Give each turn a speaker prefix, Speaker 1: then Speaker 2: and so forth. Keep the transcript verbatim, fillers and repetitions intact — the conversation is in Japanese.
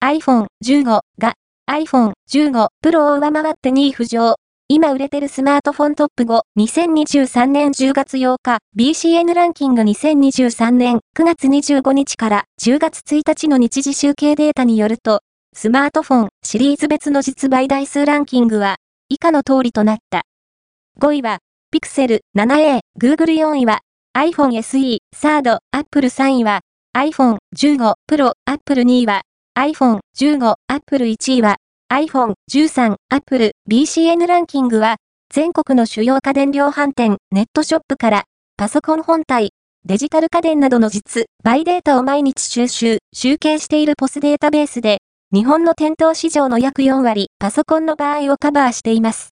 Speaker 1: アイフォンじゅうご が アイフォンじゅうご Pro を上回ってにい浮上。今売れてるスマートフォントップご、にせんにじゅうさんねんじゅうがつようか、ビーシーエヌ ランキングにせんにじゅうさんねんくがつにじゅうごにちからじゅうがつついたちの日時集計データによると、スマートフォンシリーズ別の実売台数ランキングは、以下の通りとなった。ごいは、Pixel ななエー、Google よんいは、iPhone エスイー、サード、Apple さんいは、iPhone じゅうご Pro、Apple にいは、iPhone じゅうご、Apple いちいは、iPhone じゅうさん、Apple、ビーシーエヌ ランキングは、全国の主要家電量販店、ネットショップから、パソコン本体、デジタル家電などの実、売データを毎日収集、集計しているポスデータベースで、日本の店頭市場の約よんわり、パソコンの場合をカバーしています。